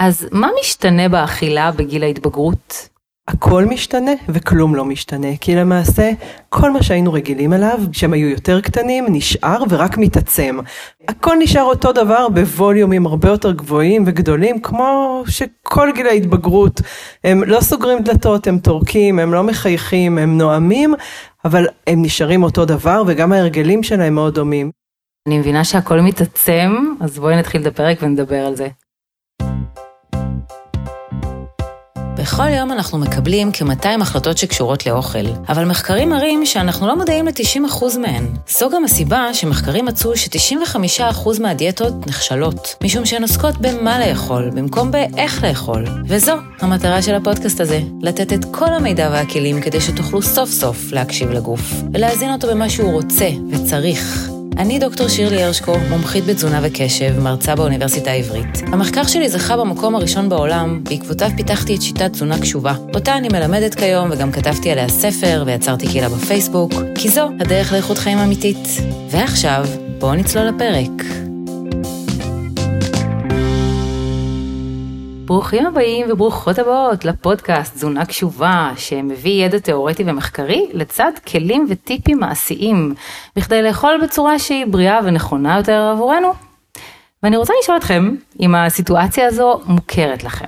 אז מה משתנה באכילה בגיל ההתבגרות? הכל משתנה וכלום לא משתנה, כי למעשה כל מה שהיינו רגילים אליו, שהם היו יותר קטנים, נשאר ורק מתעצם. הכל נשאר אותו דבר בווליומים הרבה יותר גבוהים וגדולים, כמו שכל גיל ההתבגרות, הם לא סוגרים דלתות, הם תורקים, הם לא מחייכים, הם נועמים, אבל הם נשארים אותו דבר וגם ההרגלים שלהם מאוד דומים. אני מבינה שהכל מתעצם, אז בואי נתחיל את הפרק ונדבר על זה. בכל יום אנחנו מקבלים כ-200 החלטות שקשורות לאוכל, אבל מחקרים מראים שאנחנו לא מודעים ל-90% מהן. זו גם הסיבה שמחקרים מצאו ש-95% מהדיאטות נכשלות, משום שהן עוסקות במה לאכול, במקום באיך לאכול. וזו המטרה של הפודקאסט הזה, לתת את כל המידע והכלים כדי שתוכלו סוף סוף להקשיב לגוף, ולהזין אותו במה שהוא רוצה וצריך. אני דוקטור שירלי הרשקו, מומחית בתזונה וקשב, מרצה באוניברסיטה העברית. המחקר שלי זכה במקום הראשון בעולם, בעקבותיו פיתחתי את שיטת תזונה קשובה. אותה אני מלמדת כיום וגם כתבתי עליה ספר ויצרתי קהילה בפייסבוק, כי זו הדרך לאיכות חיים אמיתית. ועכשיו, בואו נצלול לפרק. ברוכים הבאים וברוכות הבאות לפודקאסט תזונה קשובה, שמביא ידע תיאורטי ומחקרי לצד כלים וטיפים מעשיים, בכדי לאכול בצורה שהיא בריאה ונכונה יותר עבורנו. ואני רוצה לשאול אתכם אם הסיטואציה הזו מוכרת לכם.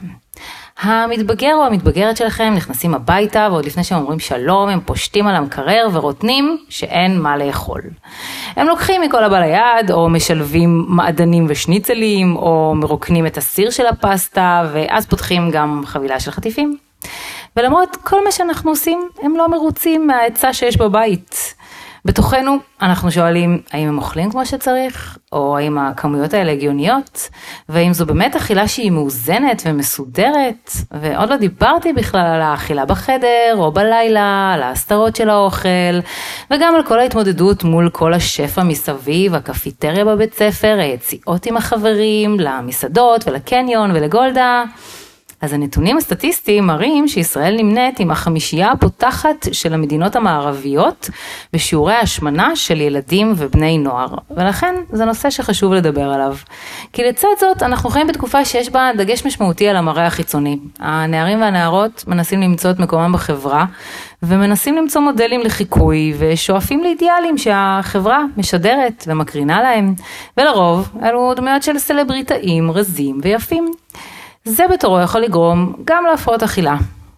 המתבגר או המתבגרת שלכם נכנסים הביתה, ועוד לפני שהם אומרים שלום, הם פושטים על המקרר ורותנים שאין מה לאכול. הם לוקחים מכל הבא ליד, או משלבים מעדנים ושניצלים, או מרוקנים את הסיר של הפסטה, ואז פותחים גם חבילה של חטיפים. ולמרות כל מה שאנחנו עושים, הם לא מרוצים מההיצע שיש בבית. בתוכנו אנחנו שואלים האם הם אוכלים כמו שצריך, או האם הכמויות האלה הגיוניות, והאם זו באמת אכילה שהיא מאוזנת ומסודרת, ועוד לא דיברתי בכלל על האכילה בחדר או בלילה, על ההסתרות של האוכל, וגם על כל ההתמודדות מול כל השפע מסביב, הקפיטריה בבית ספר, היציאות עם החברים, למסעדות ולקניון ולגולדה. אז הנתונים הסטטיסטיים מראים שישראל נמנית עם החמישייה הפותחת של המדינות המערביות בשיעורי ההשמנה של ילדים ובני נוער. ולכן זה נושא שחשוב לדבר עליו. כי לצד זאת אנחנו חיים בתקופה שיש בה דגש משמעותי על המראה החיצוני. הנערים והנערות מנסים למצוא את מקומם בחברה, ומנסים למצוא מודלים לחיקוי, ושואפים לאידיאלים שהחברה משדרת ומקרינה להם. ולרוב אלו דמויות של סלבריטאים, רזים ויפים. זה בתורו יכול לגרום גם להפרעות אכילה.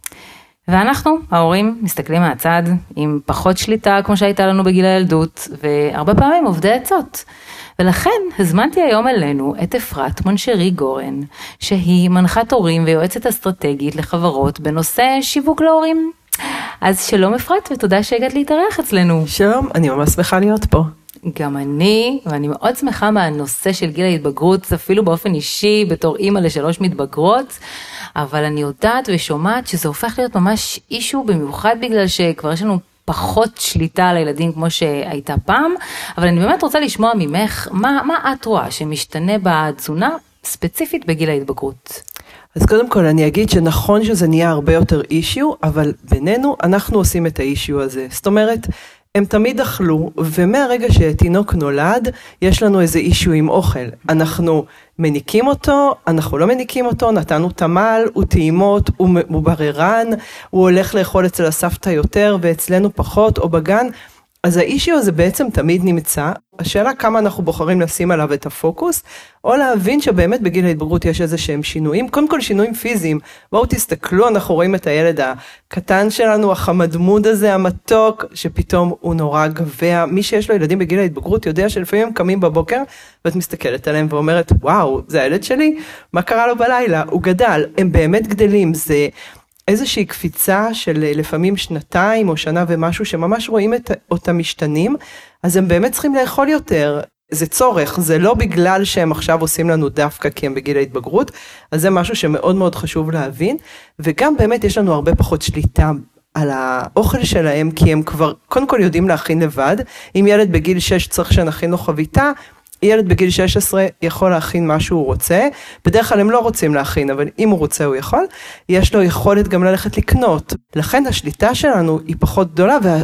ואנחנו, ההורים, מסתכלים מהצד עם פחות שליטה כמו שהייתה לנו בגיל הילדות, והרבה פעמים עובדי עצות. ולכן הזמנתי היום אלינו את אפרת מונשרי גורן, שהיא מנחת הורים ויועצת אסטרטגית לחברות בנושא שיווק להורים. אז שלום אפרת, ותודה שהגעת להתארח אצלנו. שלום, אני ממש שמחה להיות פה. גם אני, ואני מאוד שמחה מהנושא של גיל ההתבגרות, אפילו באופן אישי, בתור אימא ל3 מתבגרות, אבל אני יודעת ושומעת שזה הופך להיות ממש אישו, במיוחד בגלל שכבר יש לנו פחות שליטה על הילדים כמו שהייתה פעם, אבל אני באמת רוצה לשמוע ממך, מה את רואה שמשתנה בתזונה ספציפית בגיל ההתבגרות? אז קודם כל אני אגיד שנכון שזה נהיה הרבה יותר אישיו, אבל בינינו אנחנו עושים את האישיו הזה. זאת אומרת, הם תמיד אכלו, ומהרגע שתינוק נולד, יש לנו איזה אישיו עם אוכל. אנחנו מניקים אותו, אנחנו לא מניקים אותו, נתנו תמל, הוא טעימות, הוא בררן, הוא הולך לאכול אצל הסבתא יותר, ואצלנו פחות, או בגן. אז האישיו הזה בעצם תמיד נמצא. השאלה כמה אנחנו בוחרים לשים עליו את הפוקוס, או להבין שבאמת בגיל ההתבגרות יש איזה שהם שינויים, קודם כל שינויים פיזיים. בואו תסתכלו, אנחנו רואים את הילד הקטן שלנו, החמדמוד הזה, המתוק, שפתאום הוא נורא גבוה. מי שיש לו ילדים בגיל ההתבגרות יודע שלפעמים הם קמים בבוקר, ואת מסתכלת עליהם ואומרת, וואו, זה הילד שלי? מה קרה לו בלילה? הוא גדל, הם באמת גדלים, זה איזושהי קפיצה של לפעמים 2 או שנה ומשהו שממש רואים אותם משתנים, אז הם באמת צריכים לאכול יותר. זה צורך, זה לא בגלל שהם עכשיו עושים לנו דווקא כי הם בגיל ההתבגרות, אז זה משהו שמאוד מאוד חשוב להבין, וגם באמת יש לנו הרבה פחות שליטה על האוכל שלהם, כי הם כבר קודם כל יודעים להכין לבד. אם ילד בגיל 6 צריך שנכין לו חביתה, ילד בגיל 16 יכול להכין מה שהוא רוצה, בדרך כלל הם לא רוצים להכין, אבל אם הוא רוצה הוא יכול, יש לו יכולת גם ללכת לקנות. לכן השליטה שלנו היא פחות גדולה,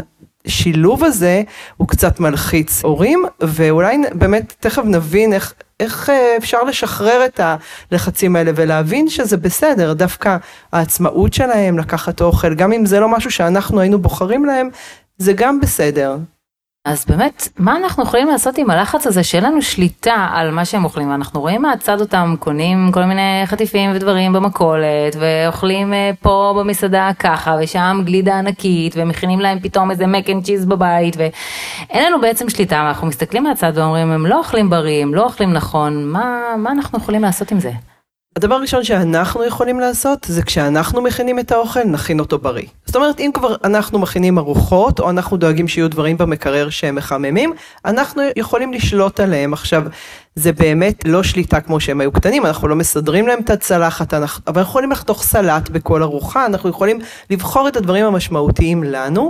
השילוב הזה הוא קצת מלחיץ הורים, ואולי באמת תכף נבין איך אפשר לשחרר את הלחצים האלה, ולהבין שזה בסדר, דווקא העצמאות שלהם לקחת אוכל, גם אם זה לא משהו שאנחנו היינו בוחרים להם, זה גם בסדר. אז באמת, מה אנחנו יכולים לעשות עם הלחץ הזה, שאין לנו שליטה על מה שהם אוכלים, ואנחנו רואים מהצד אותם, קונים כל מיני חטיפים ודברים במכולת, ואוכלים פה במסעדה ככה, ושם גלידה ענקית, ומכינים להם פתאום איזה מק אנד צ'יז בבית, ואין לנו בעצם שליטה, אנחנו מסתכלים מהצד ואומרים, הם לא אוכלים בריא, הם לא אוכלים נכון, מה אנחנו יכולים לעשות עם זה? הדבר הראשון שאנחנו יכולים לעשות, זה כשאנחנו מכינים את האוכל, נכין אותו בריא. זאת אומרת, אם כבר אנחנו מכינים ארוחות, או אנחנו דואגים שיהיו דברים במקרר שהם מחממים, אנחנו יכולים לשלוט עליהם. עכשיו, זה באמת לא שליטה כמו שהם היו קטנים, אנחנו לא מסדרים להם את הצלחת, אבל אנחנו יכולים לחתוך סלט בכל ארוחה, אנחנו יכולים לבחור את הדברים המשמעותיים לנו,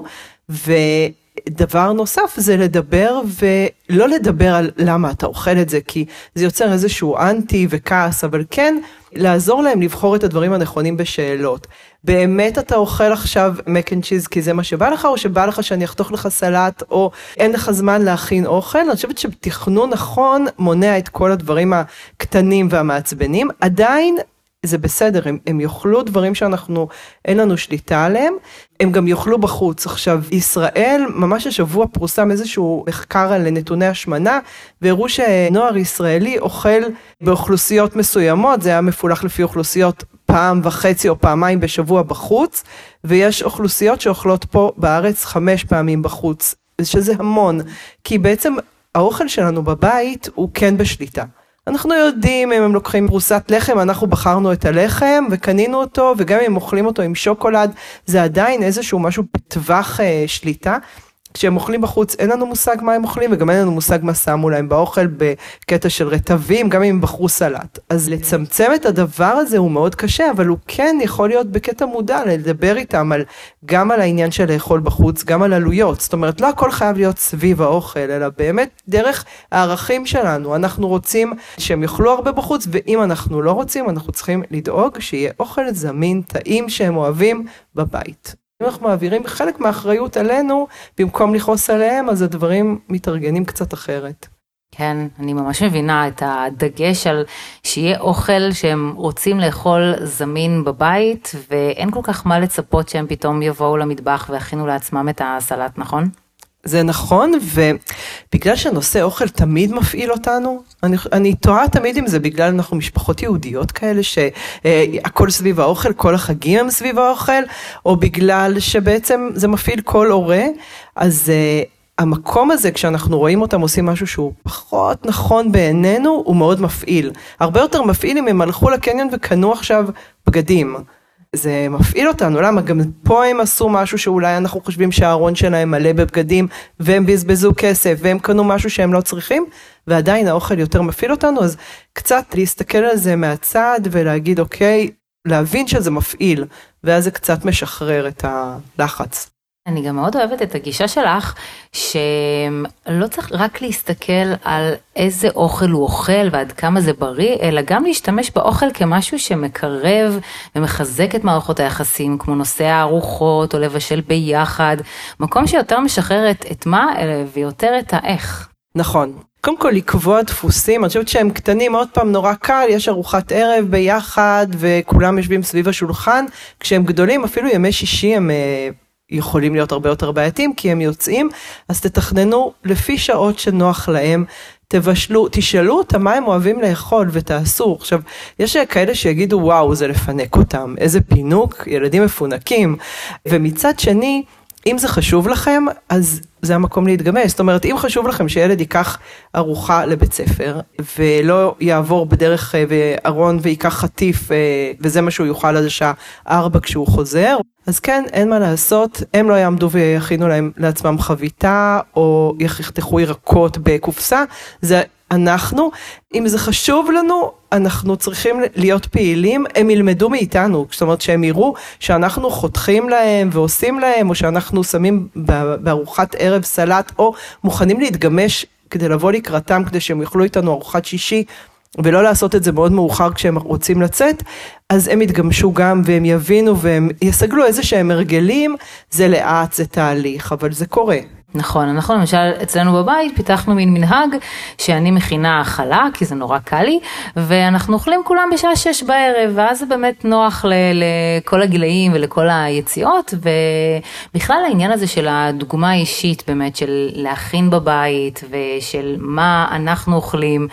דבר נוסף זה לדבר ולא לדבר על למה אתה אוכל את זה, כי זה יוצר איזשהו אנטי וכעס, אבל כן לעזור להם לבחור את הדברים הנכונים בשאלות. באמת אתה אוכל עכשיו מק אנד צ'יז כי זה מה שבא לך, או שבא לך שאני אחתוך לך סלט, או אין לך זמן להכין אוכל? אני חושבת שתכנון נכון מונע את כל הדברים הקטנים והמעצבנים, עדיין זה בסדר, הם יאכלו דברים שאנחנו, אין לנו שליטה עליהם, הם גם יאכלו בחוץ. עכשיו, ישראל, ממש השבוע פורסם איזשהו מחקר על נתוני השמנה, והראו שנוער ישראלי אוכל באוכלוסיות מסוימות, זה היה מפולח לפי אוכלוסיות פעם וחצי או פעמיים בשבוע בחוץ, ויש אוכלוסיות שאוכלות פה בארץ 5 פעמים בחוץ, שזה המון, כי בעצם האוכל שלנו בבית הוא כן בשליטה. אנחנו יודעים אם הם לוקחים פרוסת לחם, אנחנו בחרנו את הלחם וקנינו אותו, וגם אם הם אוכלים אותו עם שוקולד, זה עדיין איזשהו משהו בטווח שליטה. כשהם אוכלים בחוץ, אין לנו מושג מה הם אוכלים, וגם אין לנו מושג מה שמו להם באוכל, בקטע של רטבים, גם אם הם בחרו סלט. אז לצמצם את הדבר הזה הוא מאוד קשה, אבל הוא כן יכול להיות בקטע מודע, לדבר איתם גם על העניין של לאכול בחוץ, גם על עלויות. זאת אומרת, לא הכל חייב להיות סביב האוכל, אלא באמת דרך הערכים שלנו. אנחנו רוצים שהם יאכלו הרבה בחוץ, ואם אנחנו לא רוצים, אנחנו צריכים לדאוג שיהיה אוכל זמין, טעים שהם אוהבים בבית. אם אנחנו מעבירים חלק מהאחריות עלינו, במקום לכעוס עליהם, אז הדברים מתארגנים קצת אחרת. כן, אני ממש מבינה את הדגש על שיהיה אוכל שהם רוצים לאכול זמין בבית, ואין כל כך מה לצפות שהם פתאום יבואו למטבח והכינו לעצמם את הסלט, נכון? זה נכון, ובגלל שנושא אוכל תמיד מפעיל אותנו, אני טועה תמיד עם זה, בגלל אנחנו משפחות יהודיות כאלה, שהכל סביב האוכל, כל החגים הם סביב האוכל, או בגלל שבעצם זה מפעיל כל הורה, אז המקום הזה, כשאנחנו רואים אותם עושים משהו שהוא פחות נכון בעינינו, הוא מאוד מפעיל. הרבה יותר מפעיל אם הם הלכו לקניון וקנו עכשיו בגדים. זה מפעיל אותנו, למה? גם פה הם עשו משהו שאולי אנחנו חושבים שהארון שלהם מלא בבגדים, והם בזבזו כסף, והם קנו משהו שהם לא צריכים, ועדיין האוכל יותר מפעיל אותנו, אז קצת להסתכל על זה מהצד, ולהגיד אוקיי, להבין שזה מפעיל, ואז זה קצת משחרר את הלחץ. אני גם מאוד אוהבת את הגישה שלך, שלא צריך רק להסתכל על איזה אוכל הוא אוכל ועד כמה זה בריא, אלא גם להשתמש באוכל כמשהו שמקרב ומחזק את מערכות היחסים, כמו נושא הארוחות או לבשל ביחד, מקום שיותר משחררת את מה ויותר את האיך. נכון. קודם כל לקבוע דפוסים, אני חושבת שהם קטנים, עוד פעם נורא קל, יש ארוחת ערב ביחד וכולם יושבים סביב השולחן, כשהם גדולים אפילו ימי שישי הם יכולים להיות הרבה יותר בעייתים, כי הם יוצאים, אז תתכננו לפי שעות שנוח להם, תבשלו, תשאלו אותם מה הם אוהבים לאכול ותעשו. עכשיו, יש כאלה שיגידו, וואו, זה לפנק אותם, איזה פינוק, ילדים מפונקים, ומצד שני, אם זה חשוב לכם, אז זה המקום להתגמש. זאת אומרת, אם חשוב לכם שילד ייקח ארוחה לבית ספר, ולא יעבור בדרך וארון ויקח חטיף, וזה מה שהוא יוכל עד השעה 4 כשהוא חוזר, אז כן, אין מה לעשות, הם לא יעמדו ויכינו להם לעצמם חביתה, או יחתכו ירקות בקופסה, זה אנחנו, אם זה חשוב לנו, אנחנו צריכים להיות פעילים, הם ילמדו מאיתנו, זאת אומרת שהם יראו שאנחנו חותכים להם ועושים להם, או שאנחנו שמים בארוחת ערב סלט, או מוכנים להתגמש כדי לבוא לקראתם, כדי שהם יאכלו איתנו ארוחת שישי, ולא לעשות את זה מאוד מאוחר כשהם רוצים לצאת, אז הם יתגמשו גם והם יבינו והם יסגלו איזה שהם הרגלים, זה לאט, זה תהליך, אבל זה קורה. נכון, אנחנו למשל אצלנו בבית פיתחנו מין מנהג שאני מכינה אכלה, כי זה נורא קל לי, ואנחנו אוכלים כולם בשעה 6 בערב, ואז זה באמת נוח לכל הגילאים ולכל היציאות, ובכלל העניין הזה של הדוגמה האישית באמת, של להכין בבית, ושל מה אנחנו אוכלים,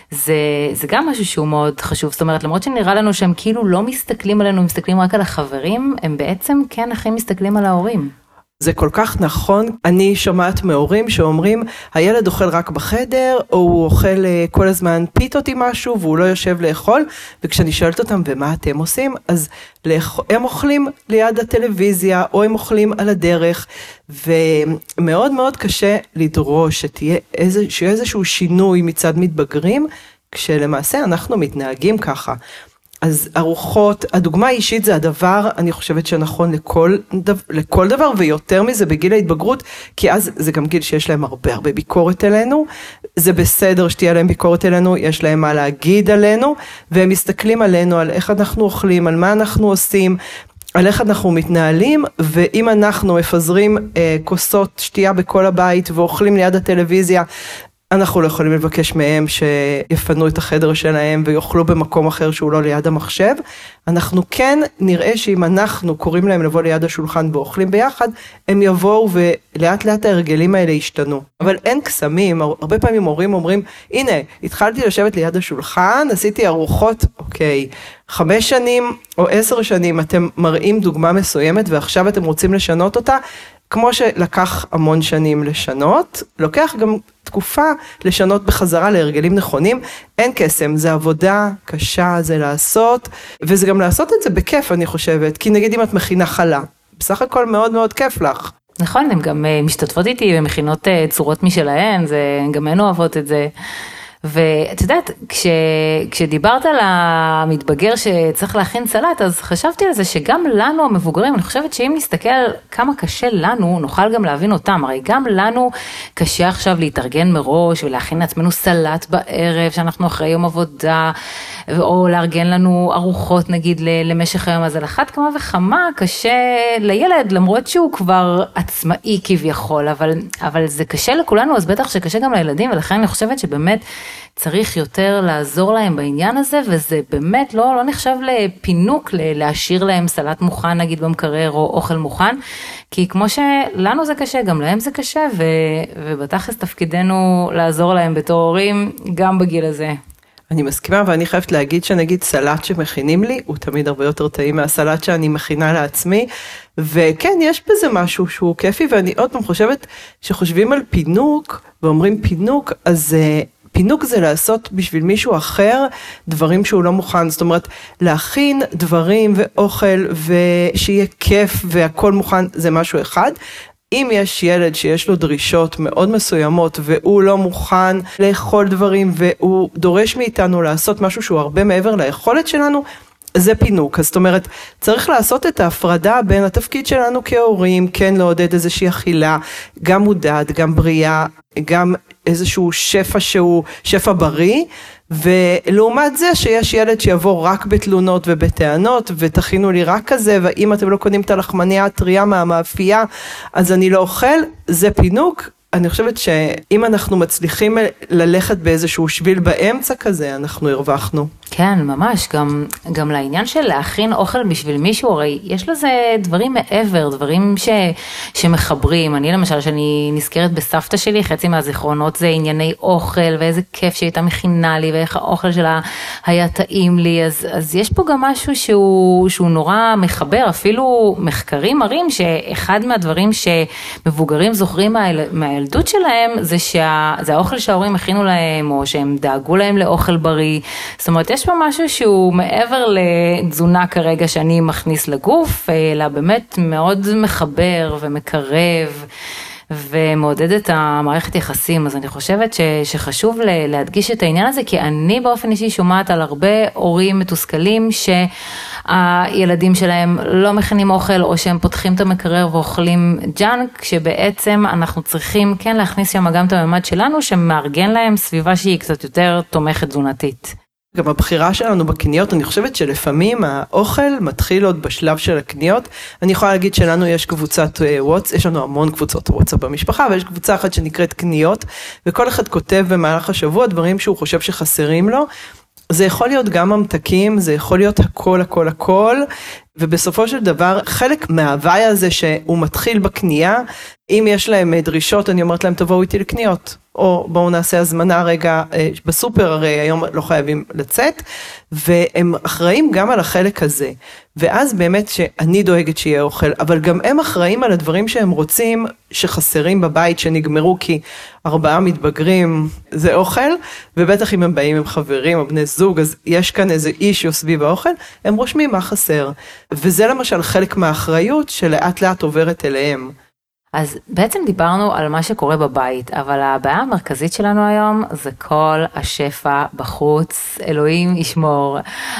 זה גם משהו שהוא מאוד חשוב, זאת אומרת, למרות שנראה לנו שהם כאילו לא מסתכלים עלינו, הם מסתכלים רק על החברים, הם בעצם כן הכי מסתכלים על ההורים. זה כל כך נכון, אני שומעת מהורים שאומרים, הילד אוכל רק בחדר, או הוא אוכל כל הזמן פיתות עם משהו, והוא לא יושב לאכול, וכשאני שואלת אותם, ומה אתם עושים? אז הם אוכלים ליד הטלוויזיה, או הם אוכלים על הדרך, ומאוד מאוד קשה לדרוש שיהיה איזשהו שינוי מצד מתבגרים, כשלמעשה אנחנו מתנהגים ככה. אז ארוחות, הדוגמה האישית זה הדבר, אני חושבת שנכון לכל דבר, ויותר מזה בגיל ההתבגרות, כי אז זה גם גיל שיש להם הרבה ביקורת אלינו, זה בסדר שתהיה להם ביקורת אלינו, יש להם מה להגיד עלינו, והם מסתכלים עלינו, על איך אנחנו אוכלים, על מה אנחנו עושים, על איך אנחנו מתנהלים, ואם אנחנו מפזרים כוסות שתייה בכל הבית, ואוכלים ליד הטלוויזיה, אנחנו לא יכולים לבקש מהם שיפנו את החדר שלהם ויוכלו במקום אחר שהוא לא ליד המחשב. אנחנו כן נראה שאם אנחנו קוראים להם לבוא ליד השולחן ואוכלים ביחד, הם יבואו ולאט לאט ההרגלים האלה ישתנו. אבל אין קסמים, הרבה פעמים הורים אומרים, הנה, התחלתי לשבת ליד השולחן, עשיתי ארוחות, אוקיי, 5 שנים או 10 שנים אתם מראים דוגמה מסוימת ועכשיו אתם רוצים לשנות אותה, כמו שלקח המון שנים לשנות, לוקח גם תקופה לשנות בחזרה להרגלים נכונים, אין קסם, זה עבודה קשה, זה לעשות, וזה גם לעשות את זה בכיף אני חושבת, כי נגיד אם את מכינה חלה, בסך הכל מאוד מאוד כיף לך. נכון, הן גם משתתפות איתי ומכינות צורות משלהן, גם הן אוהבות את זה. ואת יודעת, כשדיברת על המתבגר שצריך להכין סלט, אז חשבתי על זה שגם לנו המבוגרים, אני חושבת שאם נסתכל כמה קשה לנו, נוכל גם להבין אותם. הרי גם לנו קשה עכשיו להתארגן מראש ולהכין לעצמנו סלט בערב, שאנחנו אחרי יום עבודה, או לארגן לנו ארוחות נגיד למשך היום. אז על אחת כמה וכמה קשה לילד, למרות שהוא כבר עצמאי כביכול, אבל זה קשה לכולנו, אז בטח שקשה גם לילדים, ולכן אני חושבת שבאמת צריך יותר לעזור להם בעניין הזה, וזה באמת לא נחשב לפינוק להשאיר להם סלט מוכן, נגיד במקרר, או אוכל מוכן, כי כמו שלנו זה קשה, גם להם זה קשה, ובתכלס תפקידנו לעזור להם בתור הורים, גם בגיל הזה. אני מסכימה, ואני חייבת להגיד שנגיד סלט שמכינים לי, הוא תמיד הרבה יותר טעים מהסלט שאני מכינה לעצמי, וכן, יש בזה משהו שהוא כיפי, ואני עוד פעם חושבת שחושבים על פינוק, ואומרים פינוק, אז פינוק זה לעשות בשביל מישהו אחר דברים שהוא לא מוכן, זאת אומרת להכין דברים ואוכל ושיהיה כיף והכל מוכן זה משהו אחד. אם יש ילד שיש לו דרישות מאוד מסוימות והוא לא מוכן לאכול דברים והוא דורש מאיתנו לעשות משהו שהוא הרבה מעבר ליכולת שלנו, זה פינוק. אז זאת אומרת, צריך לעשות את ההפרדה בין התפקיד שלנו כהורים, כן לעודד איזושהי אכילה, גם מודעת, גם בריאה, גם איזשהו שפע שהוא שפע בריא, ולעומת זה שיש ילד שיבוא רק בתלונות ובטענות, ותכינו לי רק כזה, ואם אתם לא קונים את הלחמניה הטריה מהמאפייה, אז אני לא אוכל, זה פינוק. אני חושבת שאם אנחנו מצליחים ללכת באיזשהו שביל באמצע כזה, אנחנו הרווחנו. כן, ממש, גם לעניין של להכין אוכל בשביל מישהו, הרי יש לזה דברים מעבר, דברים שמחברים. אני למשל, שאני נזכרת בסבתא שלי, חצי מהזיכרונות זה ענייני אוכל, ואיזה כיף שהייתה מכינה לי, ואיך האוכל שלה היה טעים לי, אז יש פה גם משהו שהוא נורא מחבר, אפילו מחקרים מראים שאחד מהדברים שמבוגרים זוכרים מהילדות שלהם, זה האוכל שההורים הכינו להם, או שהם דאגו להם לאוכל בריא. זאת אומרת, יש פה משהו שהוא מעבר לתזונה כרגע שאני מכניס לגוף, אלא באמת מאוד מחבר ומקרב ומעודד את המערכת יחסים. אז אני חושבת שחשוב להדגיש את העניין הזה, כי אני באופן אישי שומעת על הרבה הורים מתוסכלים שהילדים שלהם לא מכינים אוכל, או שהם פותחים את המקרר ואוכלים ג'אנק, שבעצם אנחנו צריכים כן להכניס שם גם את הממד שלנו, שמארגן להם סביבה שהיא קצת יותר תומכת תזונתית. גם הבחירה שלנו בקניות, אני חושבת שלפעמים האוכל מתחיל עוד בשלב של הקניות. אני יכולה להגיד שלנו יש קבוצת וואטס, יש לנו המון קבוצות וואטסאפ במשפחה, אבל יש קבוצה אחת שנקראת קניות, וכל אחד כותב במהלך השבוע דברים שהוא חושב שחסרים לו. זה יכול להיות גם ממתקים, זה יכול להיות הכל, ובסופו של דבר, חלק מההוואי הזה שהוא מתחיל בקנייה, אם יש להם דרישות, אני אומרת להם, תבואו איתי לקניות, או בואו נעשה הזמנה רגע בסופר, הרי היום לא חייבים לצאת, והם אחראים גם על החלק הזה, ואז באמת שאני דואגת שיהיה אוכל, אבל גם הם אחראים על הדברים שהם רוצים, שחסרים בבית, שנגמרו, כי 4 מתבגרים זה אוכל, ובטח אם הם באים עם חברים או בני זוג, אז יש כאן איזה אישיו סביב האוכל, הם רושמים מה חסר, וזה למשל חלק מהאחריות שלאט לאט עוברת אליהם. אז בעצם דיברנו על מה שקורה בבית, אבל הבעיה המרכזית שלנו היום זה כל השפע בחוץ, אלוהים ישמור,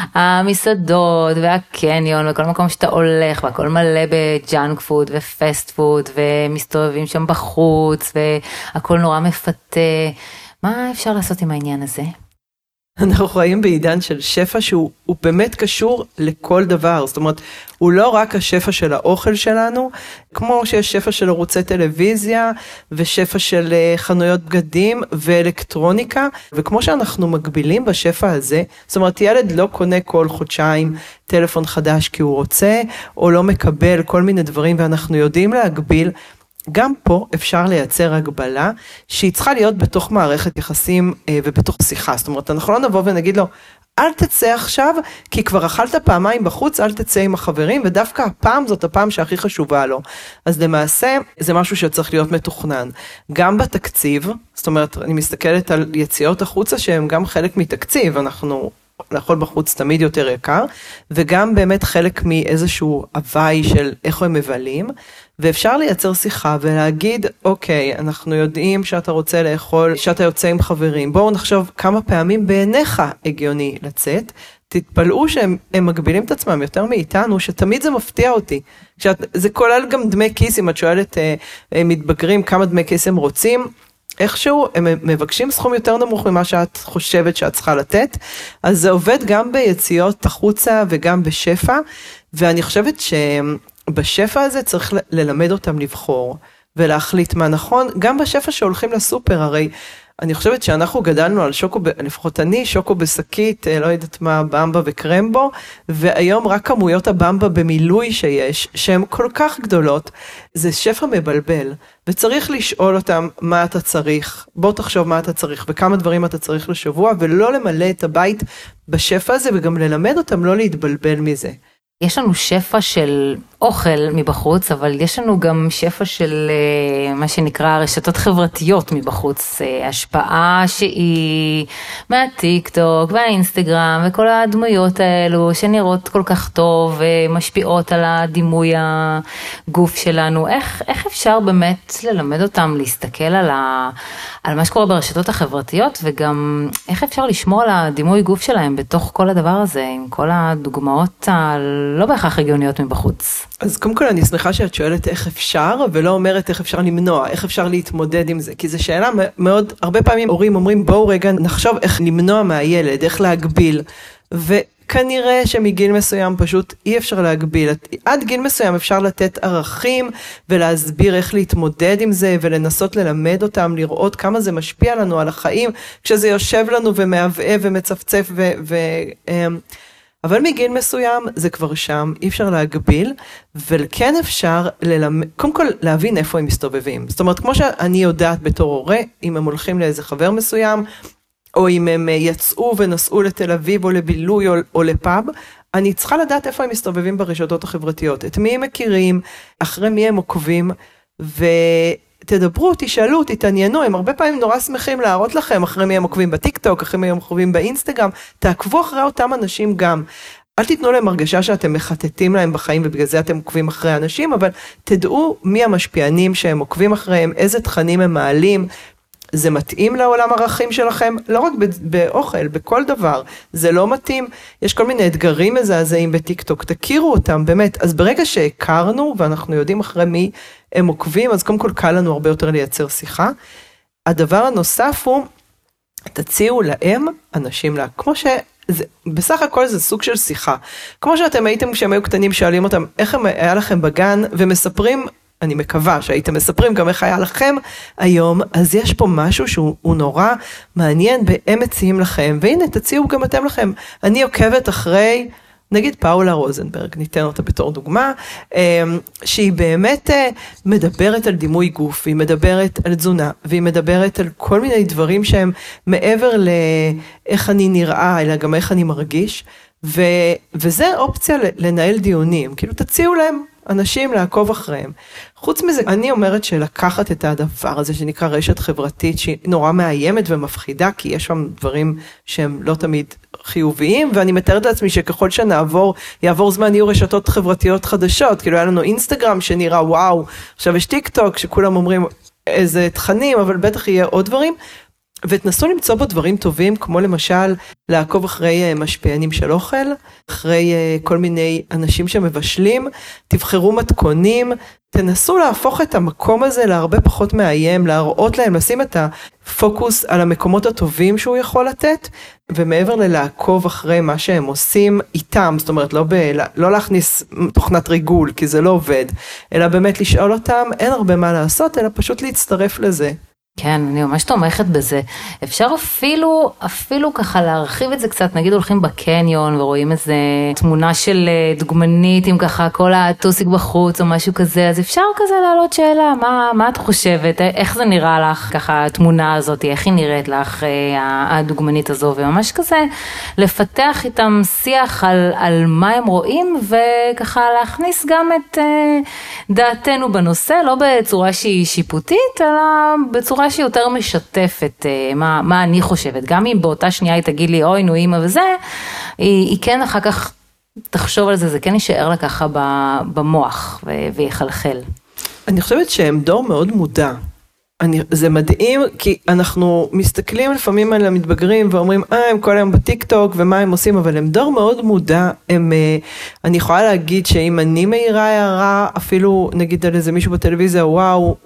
המסעדות והקניון וכל מקום שאתה הולך, והכל מלא בג'אנק פוד ופסט פוד, ומסתובבים שם בחוץ, והכל נורא מפתה. מה אפשר לעשות עם העניין הזה? אנחנו חיים בעידן של שפע שהוא באמת קשור לכל דבר, זאת אומרת, הוא לא רק השפע של האוכל שלנו, כמו שיש שפע של ערוצי טלוויזיה, ושפע של חנויות בגדים ואלקטרוניקה, וכמו שאנחנו מגבילים בשפע הזה, זאת אומרת, ילד לא קונה כל חודשיים טלפון חדש כי הוא רוצה, או לא מקבל כל מיני דברים, ואנחנו יודעים להגביל, גם פה אפשר לייצר הגבלה שהיא צריכה להיות בתוך מערכת יחסים ובתוך שיחה. זאת אומרת, אנחנו לא נבוא ונגיד לו, אל תצא עכשיו, כי כבר אכלת פעמיים בחוץ, אל תצא עם החברים, ודווקא הפעם זאת הפעם שהכי חשובה לו. אז למעשה, זה משהו שצריך להיות מתוכנן. גם בתקציב, זאת אומרת, אני מסתכלת על יציאות החוצה שהן גם חלק מתקציב, אנחנו לאכול בחוץ תמיד יותר יקר, וגם באמת חלק מאיזשהו הוואי של איך הם מבלים, ואפשר לייצר שיחה ולהגיד, אוקיי, אנחנו יודעים שאתה רוצה לאכול, שאתה יוצא עם חברים, בואו נחשוב כמה פעמים בעיניך הגיוני לצאת, תתפלאו שהם מגבילים את עצמם יותר מאיתנו, שתמיד זה מפתיע אותי, זה כולל גם דמי כיס, אם את שואלת מתבגרים כמה דמי כיס הם רוצים, איכשהו הם מבקשים סכום יותר נמוך ממה שאת חושבת שאת צריכה לתת, אז זה עובד גם ביציאות החוצה וגם בשפע, ואני חושבת שבשפע הזה צריך ללמד אותם לבחור, ולהחליט מה נכון, גם בשפע שהולכים לסופר, הרי אני חושבת שאנחנו גדלנו על שוקו, לפחות אני, שוקו בסקית, לא יודעת מה, במבה וקרמבו, והיום רק כמויות הבמבה במילוי שיש, שהן כל כך גדולות, זה שפע מבלבל, וצריך לשאול אותם מה אתה צריך, בוא תחשוב מה אתה צריך, וכמה דברים אתה צריך לשבוע, ולא למלא את הבית בשפע הזה, וגם ללמד אותם לא להתבלבל מזה. יש לנו שפע של אוכל מבחוץ, אבל יש לנו גם שפע של מה שנקרא רשתות חברתיות מבחוץ, השפעה שהיא מהטיק טוק והאינסטגרם וכל הדמויות האלו שנראות כל כך טוב ומשפיעות על הדימוי הגוף שלנו. איך אפשר באמת ללמד אותם להסתכל על מה שקורה ברשתות החברתיות, וגם איך אפשר לשמור על הדימוי גוף שלהם בתוך כל הדבר הזה, עם כל הדוגמאות הלא בהכרח הגיוניות מבחוץ? אז קודם כל אני שמחה שאת שואלת איך אפשר, ולא אומרת איך אפשר למנוע, איך אפשר להתמודד עם זה, כי זו שאלה מאוד, הרבה פעמים הורים אומרים בואו רגע נחשוב איך למנוע מהילד, איך להגביל, וכנראה שמגיל מסוים פשוט אי אפשר להגביל, עד גיל מסוים אפשר לתת ערכים, ולהסביר איך להתמודד עם זה, ולנסות ללמד אותם, לראות כמה זה משפיע לנו על החיים, כשזה יושב לנו ומעבעה ומצפצף אבל מגיל מסוים זה כבר שם, אי אפשר להגביל, וכן אפשר קודם כל להבין איפה הם מסתובבים. זאת אומרת, כמו שאני יודעת בתור הורה, אם הם הולכים לאיזה חבר מסוים, או אם הם יצאו ונסעו לתל אביב או לבילוי או לפאב, אני צריכה לדעת איפה הם מסתובבים ברשתות החברתיות, את מי הם מכירים, אחרי מי הם עוקבים, תדברו, תשאלו, תתעניינו, הם הרבה פעמים נורא שמחים להראות לכם אחרי מי הם עוקבים בטיק טוק, אחרי מי הם עוקבים באינסטגרם, תעקבו אחרי אותם אנשים גם. אל תיתנו להם הרגשה שאתם מחטטים להם בחיים ובגלל זה אתם עוקבים אחרי אנשים, אבל תדעו מי המשפיענים שהם עוקבים אחריהם, איזה תכנים הם מעלים, זה מתאים לעולם ערכים שלכם, לא רק באוכל, בכל דבר, זה לא מתאים, יש כל מיני אתגרים מזעזעים בטיק טוק, תכירו אותם באמת, אז ברגע שהכרנו ואנחנו יודעים אחרי מי הם עוקבים, אז קודם כל קל לנו הרבה יותר לייצר שיחה. הדבר הנוסף הוא, תציעו להם אנשים, כמו בסך הכל זה סוג של שיחה. כמו שאתם הייתם כשהם היו קטנים, שואלים אותם איך היה לכם בגן, ומספרים, אני מקווה שהייתם מספרים גם איך היה לכם היום, אז יש פה משהו שהוא נורא מעניין, והם מציעים לכם, והנה תציעו גם אתם לכם. אני עוקבת אחרי, נגיד פאולה רוזנברג, ניתן אותה בתור דוגמה, שהיא באמת מדברת על דימוי גוף, היא מדברת על תזונה, והיא מדברת על כל מיני דברים שהם מעבר לאיך אני נראה, אלא גם איך אני מרגיש, וזה אופציה לנהל דיונים, כאילו תציעו להם אנשים לעקוב אחריהם. חוץ מזה, אני אומרת שלקחת את הדבר הזה שנקרא רשת חברתית, שהיא נורא מאיימת ומפחידה, כי יש שם דברים שהם לא תמיד חיוביים, ואני מתארת לעצמי שככל יעבור זמן, יהיו רשתות חברתיות חדשות, כאילו היה לנו אינסטגרם שנראה וואו, עכשיו יש טיק טוק שכולם אומרים איזה תכנים, אבל בטח יהיה עוד דברים, ותנסו למצוא בו דברים טובים, כמו למשל לעקוב אחרי משפיענים של אוכל, אחרי כל מיני אנשים שמבשלים, תבחרו מתכונים, תנסו להפוך את המקום הזה להרבה פחות מאיים, להראות להם, לשים את הפוקוס על המקומות הטובים שהוא יכול לתת, ומעבר ללעקוב אחרי מה שהם עושים איתם, זאת אומרת לא להכניס תוכנת ריגול, כי זה לא עובד, אלא באמת לשאול אותם, אין הרבה מה לעשות, אלא פשוט להצטרף לזה. כן, אני ממש תומכת בזה. אפשר אפילו ככה להרחיב את זה קצת, נגיד הולכים בקניון ורואים איזה תמונה של דוגמנית עם ככה כל הטוסיק בחוץ או משהו כזה, אז אפשר כזה להעלות שאלה, מה את חושבת, איך זה נראה לך ככה התמונה הזאת, איך היא נראית לך הדוגמנית הזו, וממש כזה לפתח איתם שיח על מה הם רואים, וככה להכניס גם את דעתנו בנושא, לא בצורה שהיא שיפוטית, אלא בצורה שהיא יותר משתפת מה אני חושבת, גם אם באותה שנייה היא תגיד לי אוי נו אמא וזה, היא כן אחר כך תחשוב על זה, זה כן יישאר לה ככה במוח ויחלחל. אני חושבת שהם דור מאוד מודע, זה מדהים כי אנחנו מסתכלים לפעמים על המתבגרים ואומרים הם כל היום בטיק טוק ומה הם עושים, אבל הם דור מאוד מודע, אני יכולה להגיד שאם אני מעירה הערה, אפילו נגיד על איזה מישהו בטלוויזיה, וואו,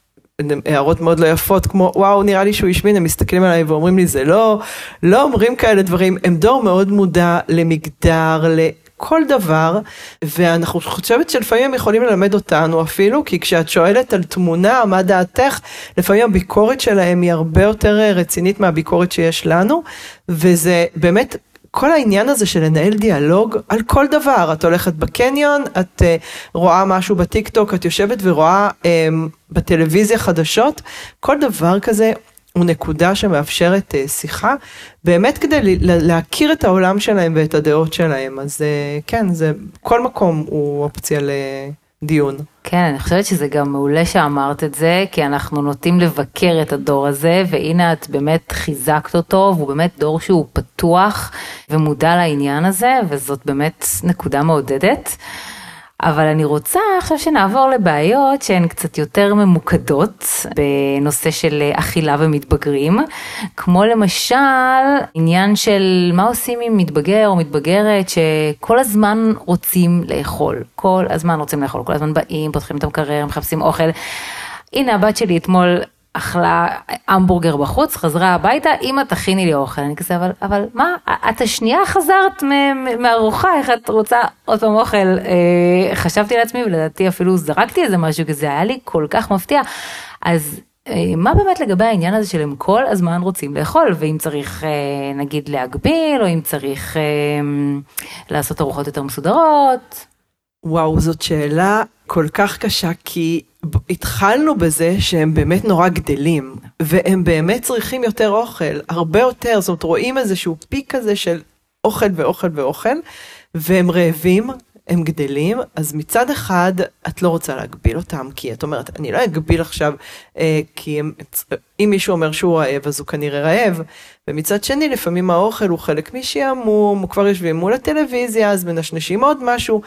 הערות מאוד לא יפות, כמו וואו נראה לי שהוא ישמין, הם מסתכלים עליי ואומרים לי זה לא אומרים כאלה דברים, הם דור מאוד מודע למגדר, לכל דבר, ואנחנו חושבת שלפעמים הם יכולים ללמד אותנו אפילו, כי כשאת שואלת על תמונה, מה דעתך, לפעמים הביקורת שלהם היא הרבה יותר רצינית מהביקורת שיש לנו, וזה באמת כל העניין הזה של לנהל דיאלוג על כל דבר, את הולכת בקניון, את רואה משהו בטיק טוק, את יושבת ורואה בטלוויזיה חדשות, כל דבר כזה הוא נקודה שמאפשרת שיחה, באמת כדי להכיר את העולם שלהם ואת הדעות שלהם, אז כן, זה כל מקום הוא אופציה לדיון. כן, אני חושבת שזה גם מעולה שאמרת את זה, כי אנחנו נוטים לבקר את הדור הזה, והנה את באמת חיזקת אותו, והוא באמת דור שהוא פתוח ומודע לעניין הזה, וזאת באמת נקודה מעודדת. אבל אני רוצה עכשיו שנעבור לבעיות שהן קצת יותר ממוקדות בנושא של אכילה ומתבגרים, כמו למשל עניין של מה עושים עם מתבגר או מתבגרת שכל הזמן רוצים לאכול, כל הזמן באים, פותחים את המקרר, מחפשים אוכל. הנה הבת שלי אתמול אכלה המבורגר בחוץ, חזרה הביתה, אמא תכיני לי אוכל, אני כזה, אבל מה, את השנייה חזרת מהארוחה, איך את רוצה עוד פעם אוכל, חשבתי לעצמי, ולדעתי אפילו זרקתי איזה משהו כזה, היה לי כל כך מפתיע, אז מה באמת לגבי העניין הזה של הם כל הזמן רוצים לאכול, ואם צריך נגיד להגביל, או אם צריך לעשות ארוחות יותר מסודרות? וואו, זאת שאלה כל כך קשה, כי התחלנו בזה שהם באמת נורא גדלים, והם באמת צריכים יותר אוכל, הרבה יותר, זאת אומרת, רואים איזשהו פיק כזה של אוכל ואוכל ואוכל, והם רעבים, הם גדלים, אז מצד אחד את לא רוצה להגביל אותם, כי את אומרת, אני לא אגביל עכשיו, כי אם מישהו אומר שהוא רעב, אז הוא כנראה רעב, ומצד שני, לפעמים האוכל הוא חלק משעמום, הוא כבר יושבים מול הטלוויזיה, אז מנשנשים עוד משהו,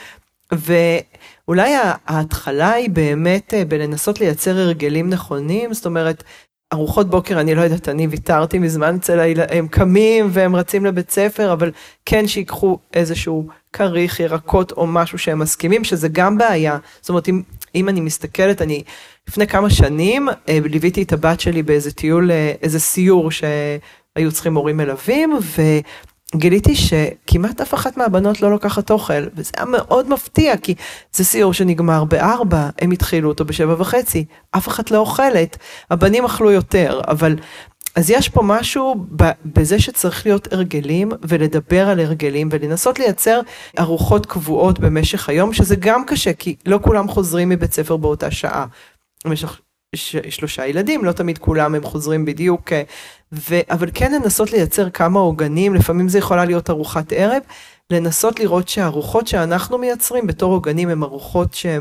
ואולי ההתחלה היא באמת בלנסות לייצר הרגלים נכונים, זאת אומרת, ארוחות בוקר, אני לא יודעת, אני ויתרתי מזמן אצל הם קמים והם רצים לבית ספר, אבל כן שיקחו איזשהו כריך, ירקות או משהו שהם מסכימים, שזה גם בעיה. זאת אומרת, אם אני מסתכלת, אני לפני כמה שנים ליוויתי את הבת שלי באיזה טיול, איזה סיור שהיו צריכים הורים מלווים, גיליתי שכמעט אף אחת מהבנות לא לוקחת אוכל, וזה היה מאוד מפתיע, כי זה סיור שנגמר ב4, הם התחילו אותו ב7:30, אף אחת לא אוכלת, הבנים אכלו יותר, אבל אז יש פה משהו בזה שצריך להיות הרגלים, ולדבר על הרגלים, ולנסות לייצר ארוחות קבועות במשך היום, שזה גם קשה, כי לא כולם חוזרים מבית ספר באותה שעה. במשך 3 ילדים, לא תמיד כולם הם חוזרים בדיוק, אבל כן לנסות לייצר כמה עוגנים, לפעמים זה יכולה להיות ארוחת ערב, לנסות לראות שהארוחות שאנחנו מייצרים בתור עוגנים, הן ארוחות שהן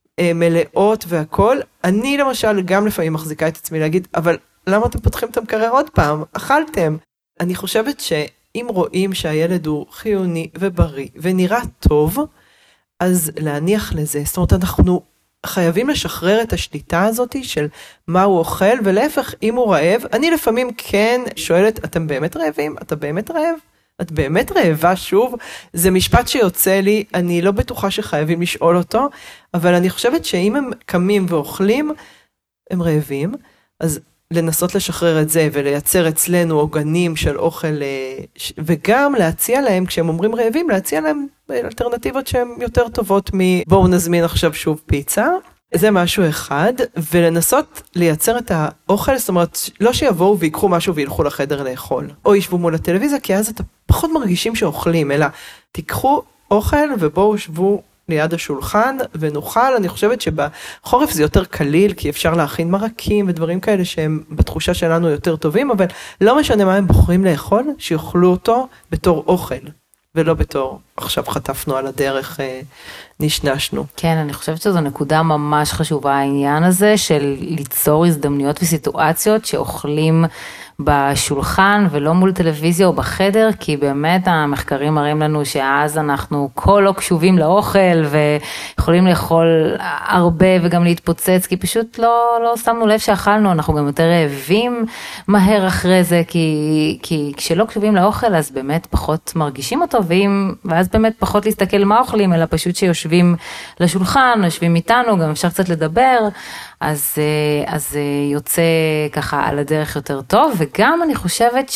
מלאות והכל. אני למשל גם לפעמים מחזיקה את עצמי להגיד, אבל למה אתם פותחים את המקרר עוד פעם? אכלתם. אני חושבת שאם רואים שהילד הוא חיוני ובריא ונראה טוב, אז להניח לזה. זאת אומרת, אנחנו חייבים לשחרר את השליטה הזאת של מה הוא אוכל, ולהפך, אם הוא רעב, אני לפעמים כן שואלת, אתם באמת רעבים? אתה באמת רעב? את באמת רעבה שוב? זה משפט שיוצא לי, אני לא בטוחה שחייבים לשאול אותו, אבל אני חושבת שאם הם קמים ואוכלים, הם רעבים, אז לנסות לשחרר את זה, ולייצר אצלנו עוגנים של אוכל, וגם להציע להם, כשהם אומרים רעבים, להציע להם אלטרנטיבות שהן יותר טובות בואו נזמין עכשיו שוב פיצה. זה משהו אחד, ולנסות לייצר את האוכל, זאת אומרת, לא שיבואו ויקחו משהו וילכו לחדר לאכול, או ישבו מול הטלוויזיה, כי אז אתה פחות מרגישים שאוכלים, אלא תיקחו אוכל ובואו שבו ליד השולחן ונאכל. אני חושבת שבחורף זה יותר קליל, כי אפשר להכין מרקים ודברים כאלה שהם בתחושה שלנו יותר טובים, אבל לא משנה מה הם בוחרים לאכול, שיאכלו אותו בתור אוכל, ולא בתור עכשיו חטפנו על הדרך, נשנשנו. כן, אני חושבת שזו נקודה ממש חשובה, העניין הזה של ליצור הזדמנויות וסיטואציות שאוכלים בשולחן ולא מול טלוויזיה או בחדר, כי באמת המחקרים מראים לנו שאז אנחנו כל לא קשובים לאוכל ויכולים לאכול הרבה וגם להתפוצץ, כי פשוט לא שמנו לב שאכלנו, אנחנו גם יותר רעבים מהר אחרי זה, כי כשלא קשובים לאוכל אז באמת פחות מרגישים אותו, ואז באמת פחות להסתכל מה אוכלים, אלא פשוט שיושבים לשולחן, יושבים איתנו, גם אפשר קצת לדבר, אז יוצא ככה על הדרך יותר טוב. וגם אני חושבת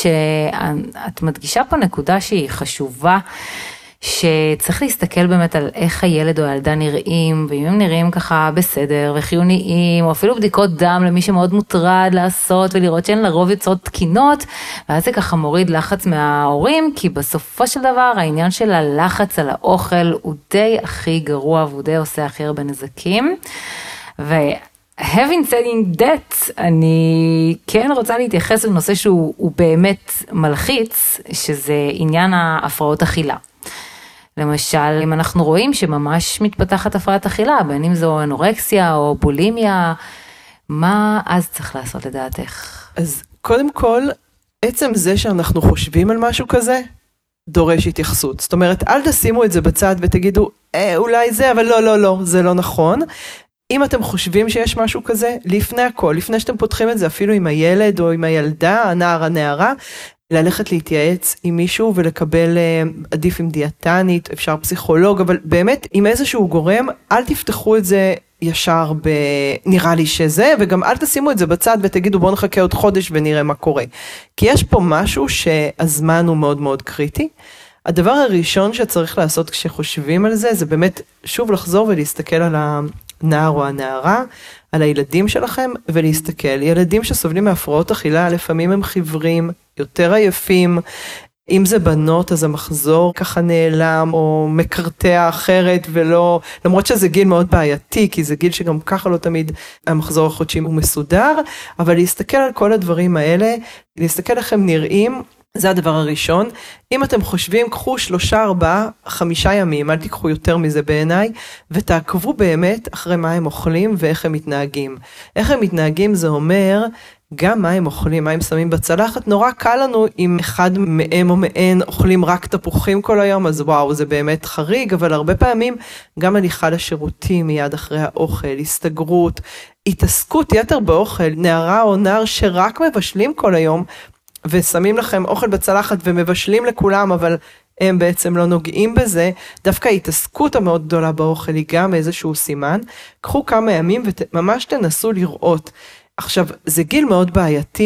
שאת מדגישה פה נקודה שהיא חשובה, שצריך להסתכל באמת על איך הילד או הילדה נראים, ואם הם נראים ככה בסדר וחיוניים, או אפילו בדיקות דם למי שמאוד מוטרד לעשות, ולראות שהן לרוב יוצאות תקינות, ואז זה ככה מוריד לחץ מההורים, כי בסופו של דבר העניין של הלחץ על האוכל הוא די הכי גרוע, והוא די עושה הכי הרבה נזקים. Having said that, אני כן רוצה להתייחס לנושא שהוא באמת מלחיץ, שזה עניין ההפרעות אכילה. למשל, אם אנחנו רואים שממש מתפתחת הפרעת אכילה, בין אם זו אנורקסיה או בולימיה, מה אז צריך לעשות לדעתך? אז קודם כל, עצם זה שאנחנו חושבים על משהו כזה, דורש התייחסות. זאת אומרת, אל תשימו את זה בצד ותגידו, אולי זה, אבל לא, זה לא נכון. אם אתם חושבים שיש משהו כזה, לפני הכל, לפני שאתם פותחים את זה, אפילו עם הילד או עם הילדה, הנער, הנערה, ללכת להתייעץ עם מישהו ולקבל עדיף עם דיאטנית, אפשר פסיכולוג, אבל באמת עם איזשהו גורם, אל תפתחו את זה ישר נראה לי שזה, וגם אל תשימו את זה בצד ותגידו בואו נחכה עוד חודש ונראה מה קורה. כי יש פה משהו שהזמן הוא מאוד מאוד קריטי. הדבר הראשון שצריך לעשות כשחושבים על זה, זה באמת שוב לחזור ולהסתכל על הנער או הנערה, על הילדים שלכם, ולהסתכל. ילדים שסובלים מהפרעות אכילה, לפעמים הם חיוורים, יותר עייפים, אם זה בנות, אז המחזור ככה נעלם, או מקרטע אחרת, ולא, למרות שזה גיל מאוד בעייתי, כי זה גיל שגם ככה לא תמיד המחזור החודשי הוא מסודר, אבל להסתכל על כל הדברים האלה, להסתכל איך הם נראים, זה הדבר הראשון. אם אתם חושבים, קחו 3, 4, 5 ימים, אל תיקחו יותר מזה בעיניי, ותעקבו באמת אחרי מה הם אוכלים ואיך הם מתנהגים. איך הם מתנהגים זה אומר, גם מה הם אוכלים, מה הם שמים בצלחת, נורא קל לנו אם אחד מהם או מהן אוכלים רק תפוחים כל היום, אז וואו, זה באמת חריג, אבל הרבה פעמים גם הליכה לשירותים מיד אחרי האוכל, הסתגרות, התעסקות יתר באוכל, נערה או נער שרק מבשלים כל היום, ושמים לכם אוכל בצלחת ומבשלים לכולם, אבל הם בעצם לא נוגעים בזה, דווקא ההתעסקות המאוד גדולה באוכל היא גם איזשהו סימן, קחו כמה ימים וממש תנסו לראות. עכשיו, זה גיל מאוד בעייתי,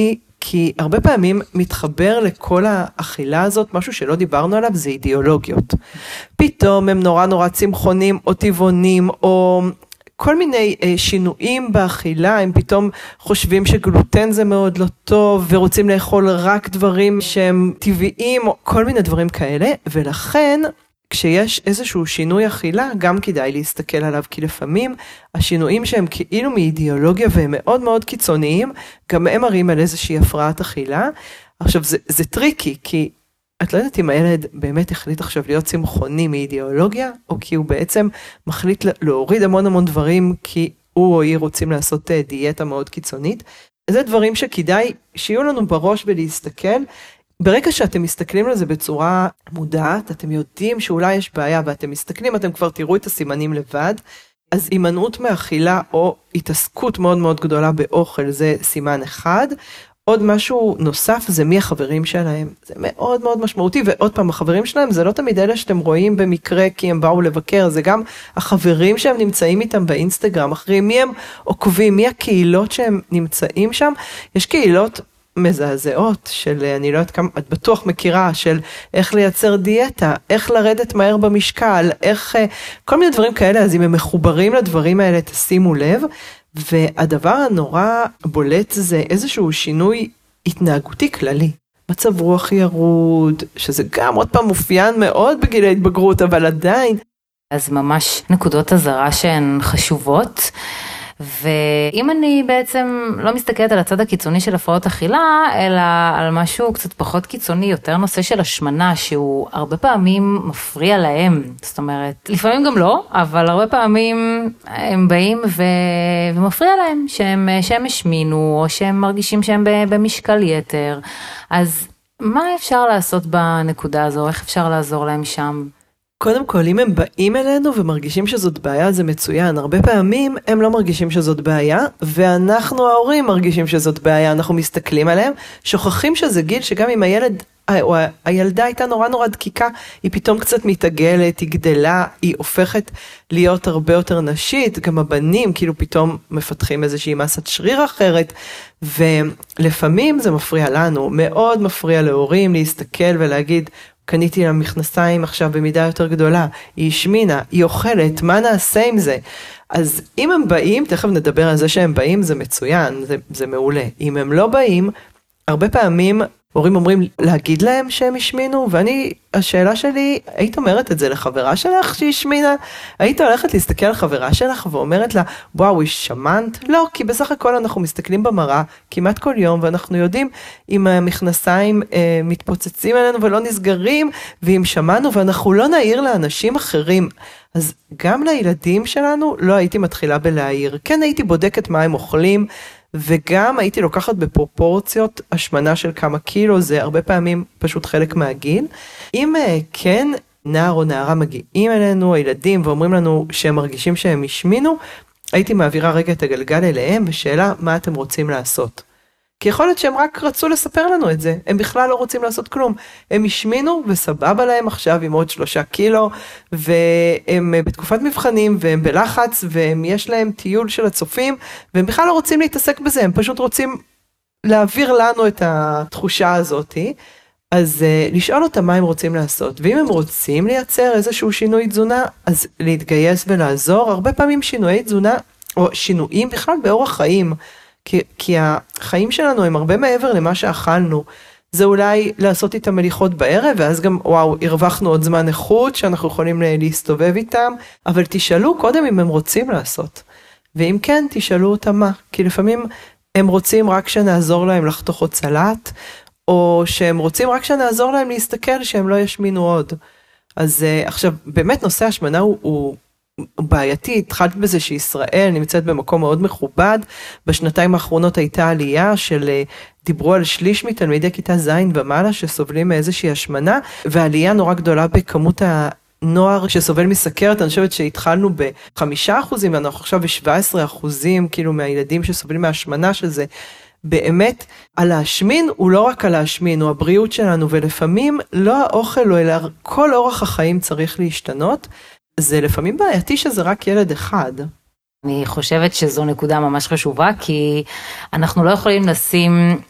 כי הרבה פעמים מתחבר לכל האכילה הזאת, משהו שלא דיברנו עליו, זה אידיאולוגיות. פתאום הם נורא צמחונים או טבעונים, או כל מיני שינויים באכילה, הם פתאום חושבים שגלוטן זה מאוד לא טוב, ורוצים לאכול רק דברים שהם טבעיים, או כל מיני דברים כאלה, ולכן כשיש איזשהו שינוי אכילה, גם כדאי להסתכל עליו, כי לפעמים השינויים שהם כאילו מאידיאולוגיה והם מאוד מאוד קיצוניים, גם הם מראים על איזושהי הפרעת אכילה. עכשיו זה טריקי, כי את לא יודעת אם הילד באמת החליט עכשיו להיות צמחוני מאידיאולוגיה, או כי הוא בעצם מחליט להוריד המון דברים, כי הוא או היא רוצים לעשות דיאטה מאוד קיצונית. זה דברים שכדאי שיהיו לנו בראש ולהסתכל. ברגע שאתם מסתכלים על זה בצורה מודעת, אתם יודעים שאולי יש בעיה, ואתם מסתכלים, אתם כבר תראו את הסימנים לבד, אז הימנעות מאכילה או התעסקות מאוד גדולה באוכל, זה סימן אחד. עוד משהו נוסף זה מי החברים שלהם, זה מאוד משמעותי, ועוד פעם החברים שלהם זה לא תמיד אלה שאתם רואים במקרה כי הם באו לבקר, זה גם החברים שהם נמצאים איתם באינסטגרם, אחרי מי הם עוקבים, מי הקהילות שהם נמצאים שם, יש קהילות מזעזעות של, אני לא יודעת כמה, את בטוח מכירה, של איך לייצר דיאטה, איך לרדת מהר במשקל, איך, כל מיני דברים כאלה, אז אם הם מחוברים לדברים האלה, תשימו לב, והדבר הנורא בולט זה איזשהו שינוי התנהגותי כללי. מצב רוח ירוד, שזה גם עוד פעם מופיין מאוד בגיל ההתבגרות, אבל עדיין. אז ממש נקודות הזרה שהן חשובות, ואם אני בעצם לא מסתכלת על הצד הקיצוני של הפרעות אכילה, אלא על משהו קצת פחות קיצוני, יותר נושא של השמנה, שהוא הרבה פעמים מפריע להם, זאת אומרת, לפעמים גם לא, אבל הרבה פעמים הם באים ומפריע להם, שהם השמינו, או שהם מרגישים שהם במשקל יתר, אז מה אפשר לעשות בנקודה הזו, איך אפשר לעזור להם שם? קודם כל, אם הם באים אלינו ומרגישים שזאת בעיה, זה מצוין. הרבה פעמים הם לא מרגישים שזאת בעיה, ואנחנו ההורים מרגישים שזאת בעיה. אנחנו מסתכלים עליהם, שוכחים שזה גיל שגם אם הילד או הילדה הייתה נורא דקיקה, היא פתאום קצת מתעגלת, היא גדלה, היא הופכת להיות הרבה יותר נשית, גם הבנים כאילו פתאום מפתחים איזושהי מסת שריר אחרת, ולפעמים זה מפריע לנו, מאוד מפריע להורים להסתכל ולהגיד, קניתי לה מכנסיים עכשיו במידה יותר גדולה, היא השמינה, היא אוכלת, מה נעשה עם זה? אז אם הם באים, תכף נדבר על זה שהם באים, זה מצוין, זה מעולה. אם הם לא באים, הרבה פעמים הורים אומרים להגיד להם שהם השמינו, ואני, השאלה שלי, היית אומרת את זה לחברה שלך שהיא השמינה? היית הולכת להסתכל על חברה שלך ואומרת לה, וואו, היא שמנת? לא, כי בסך הכל אנחנו מסתכלים במראה כמעט כל יום, ואנחנו יודעים אם המכנסיים מתפוצצים עלינו ולא נסגרים, ואם שמענו, ואנחנו לא נעיר לאנשים אחרים. אז גם לילדים שלנו לא הייתי מתחילה בלהעיר. כן הייתי בודקת מה הם אוכלים, וגם הייתי לוקחת בפרופורציות השמנה של כמה קילו, זה הרבה פעמים פשוט חלק מהגיל. אם כן, נער או נערה מגיעים אלינו, הילדים, ואומרים לנו שהם מרגישים שהם השמינו, הייתי מעבירה רגע את הגלגל אליהם, ושאלה מה אתם רוצים לעשות. כי יכול להיות שהם רק רצו לספר לנו את זה, הם בכלל לא רוצים לעשות כלום. הם השמינו וסבבה להם עכשיו עם עוד 3 קילו, והם בתקופת מבחנים, והם בלחץ, ויש להם טיול של הצופים, והם בכלל לא רוצים להתעסק בזה, הם פשוט רוצים להעביר לנו את התחושה הזאת, אז לשאול אותם מה הם רוצים לעשות, ואם הם רוצים לייצר איזשהו שינוי תזונה, אז להתגייס ולעזור, הרבה פעמים שינויי תזונה, או שינויים בכלל באורח חיים, כי החיים שלנו הם הרבה מעבר למה שאכלנו, זה אולי לעשות איתם מליחות בערב, ואז גם וואו, הרווחנו עוד זמן איכות שאנחנו יכולים להסתובב איתם, אבל תשאלו קודם אם הם רוצים לעשות, ואם כן תשאלו אותם מה, כי לפעמים הם רוצים רק שנעזור להם לחתוך עוד סלט, או שהם רוצים רק שנעזור להם להסתכל שהם לא ישמינו עוד. אז עכשיו באמת נושא השמנה הוא בעייתי, התחלת בזה שישראל נמצאת במקום מאוד מכובד, בשנתיים האחרונות הייתה עלייה של, דיברו על שליש מתלמידי כיתה ז' ומעלה שסובלים מאיזושהי השמנה, ועלייה נורא גדולה בכמות הנוער שסובל מסכרת, אני חושבת שהתחלנו ב5%, ואנחנו עכשיו ב17%, כאילו מהילדים שסובלים מהשמנה, שזה באמת, על להשמין הוא לא רק על להשמין, הוא הבריאות שלנו, ולפעמים לא האוכל, אלא כל אורח החיים צריך להשתנות, זה לפעמים בעייתי שזה רק ילד אחד. אני חושבת שזו נקודה ממש חשובה, כי אנחנו לא יכולים לשים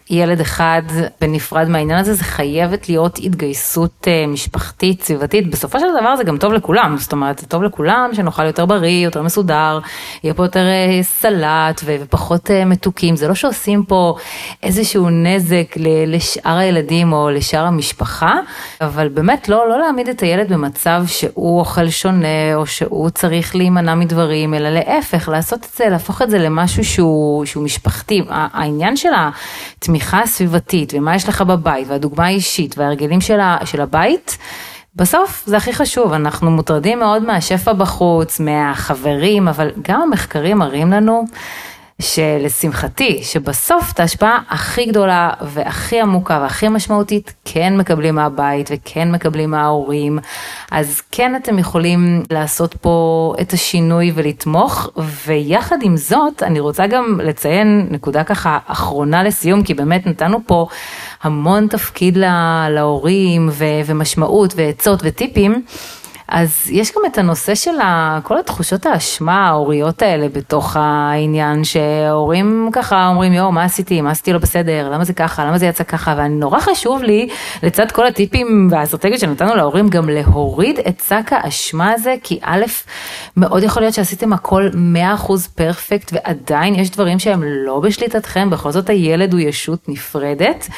ילד אחד בנפרד מהעניין הזה, זה חייבת להיות התגייסות משפחתית, סביבתית, בסופו של דבר זה גם טוב לכולם, זאת אומרת, זה טוב לכולם שנאכל יותר בריא, יותר מסודר, יהיה פה יותר סלט ופחות מתוקים, זה לא שעושים פה איזשהו נזק לשאר הילדים או לשאר המשפחה, אבל באמת לא להעמיד את הילד במצב שהוא אוכל שונה, או שהוא צריך להימנע מדברים, אלא להפך, לעשות את זה, להפוך את זה למשהו שהוא משפחתי. העניין של התמיכה הסביבתית, ומה יש לך בבית, והדוגמה האישית, וההרגלים של הבית, בסוף זה הכי חשוב, אנחנו מוטרדים מאוד מהשפע בחוץ, מהחברים, אבל גם המחקרים מראים לנו, שלשמחתי, שבסוף את ההשפעה הכי גדולה והכי עמוקה והכי משמעותית כן מקבלים מהבית וכן מקבלים מההורים, אז כן אתם יכולים לעשות פה את השינוי ולתמוך, ויחד עם זאת אני רוצה גם לציין נקודה ככה אחרונה לסיום, כי באמת נתנו פה המון תפקיד להורים ומשמעות ועצות וטיפים, אז יש גם את הנושא של כל התחושות האשמה ההוריות האלה בתוך העניין, שההורים ככה אומרים, מה עשיתי לא בסדר, למה זה ככה, למה זה יצא ככה, ואני חשוב לי, לצד כל הטיפים והאסטרטגיות שנתנו להורים, גם להוריד את שק האשמה הזה, כי א', מאוד יכול להיות שעשיתם הכל 100% פרפקט, ועדיין יש דברים שהם לא בשליטתכם, בכל זאת הילד הוא ישות נפרדת,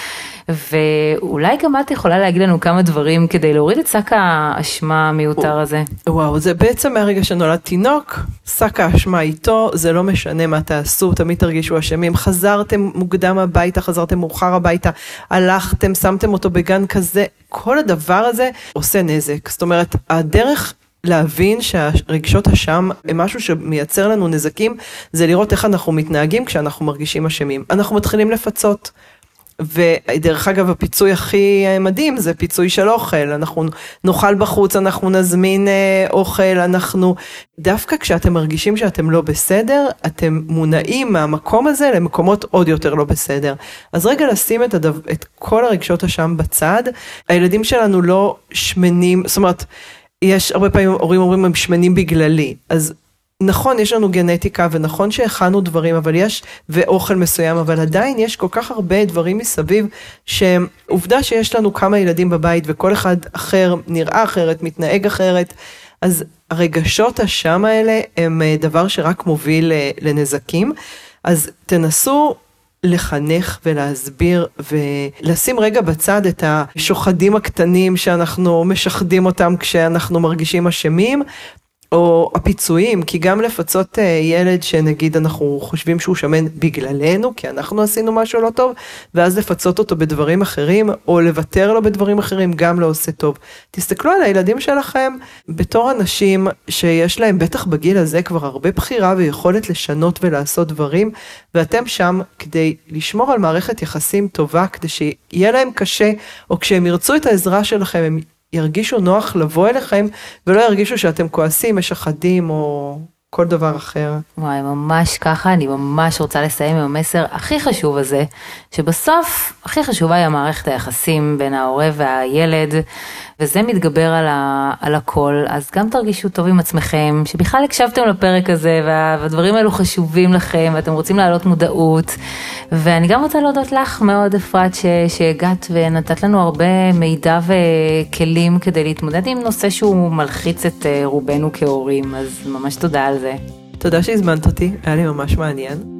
ואולי גם את יכולה להגיד לנו כמה דברים כדי להוריד את שק האשמה המיותר הזה. וואו, זה בעצם מהרגע שנולד תינוק, שק האשמה איתו, זה לא משנה מה תעשו, תמיד תרגישו אשמים, חזרתם מוקדם הביתה, חזרתם מאוחר הביתה, הלכתם, שמתם אותו בגן כזה, כל הדבר הזה עושה נזק. זאת אומרת, הדרך להבין שהרגשות אשם הם משהו שמייצר לנו נזקים, זה לראות איך אנחנו מתנהגים כשאנחנו מרגישים אשמים. אנחנו מתחילים לפצות. ודרך אגב, הפיצוי הכי מדהים זה פיצוי של אוכל, אנחנו נאכל בחוץ, אנחנו נזמין אוכל, דווקא כשאתם מרגישים שאתם לא בסדר, אתם מונעים מהמקום הזה למקומות עוד יותר לא בסדר. אז רגע לשים את כל הרגשות אשם בצד, הילדים שלנו לא שמנים, זאת אומרת, יש הרבה פעמים הורים אומרים הם שמנים בגללי, אז נכון, יש לנו גנטיקה, ונכון שהכנו דברים, ואוכל מסוים, אבל עדיין יש כל כך הרבה דברים מסביב, שעובדה שיש לנו כמה ילדים בבית, וכל אחד אחר נראה אחרת, מתנהג אחרת, אז הרגשות השם האלה, הם דבר שרק מוביל לנזקים, אז תנסו לחנך ולהסביר, ולשים רגע בצד את השוחדים הקטנים, שאנחנו משחדים אותם כשאנחנו מרגישים אשמים, או הפיצויים, כי גם לפצות ילד שנגיד אנחנו חושבים שהוא שמן בגללנו, כי אנחנו עשינו משהו לא טוב, ואז לפצות אותו בדברים אחרים, או לוותר לו בדברים אחרים, גם לא עושה טוב. תסתכלו על הילדים שלכם בתור אנשים שיש להם בטח בגיל הזה כבר הרבה בחירה ויכולת לשנות ולעשות דברים, ואתם שם כדי לשמור על מערכת יחסים טובה, כדי שיהיה להם קשה, או כשהם ירצו את העזרה שלכם, הם ירגישו נוח לבוא אליכם, ולא ירגישו שאתם כועסים, משחדים, או כל דבר אחר. וואי, ממש ככה, אני ממש רוצה לסיים עם המסר הכי חשוב הזה, שבסוף הכי חשובה היא המערכת היחסים בין ההורה והילד, וזה מתגבר על הכל, אז גם תרגישו טוב עם עצמכם, שבכלל הקשבתם לפרק הזה, והדברים האלו חשובים לכם, ואתם רוצים להעלות מודעות, ואני גם רוצה להודות לך מאוד, אפרת, שהגעת ונתת לנו הרבה מידע וכלים, כדי להתמודד עם נושא שהוא מלחיץ את רובנו כהורים, אז ממש תודה על זה. תודה שהזמנת אותי, היה לי ממש מעניין.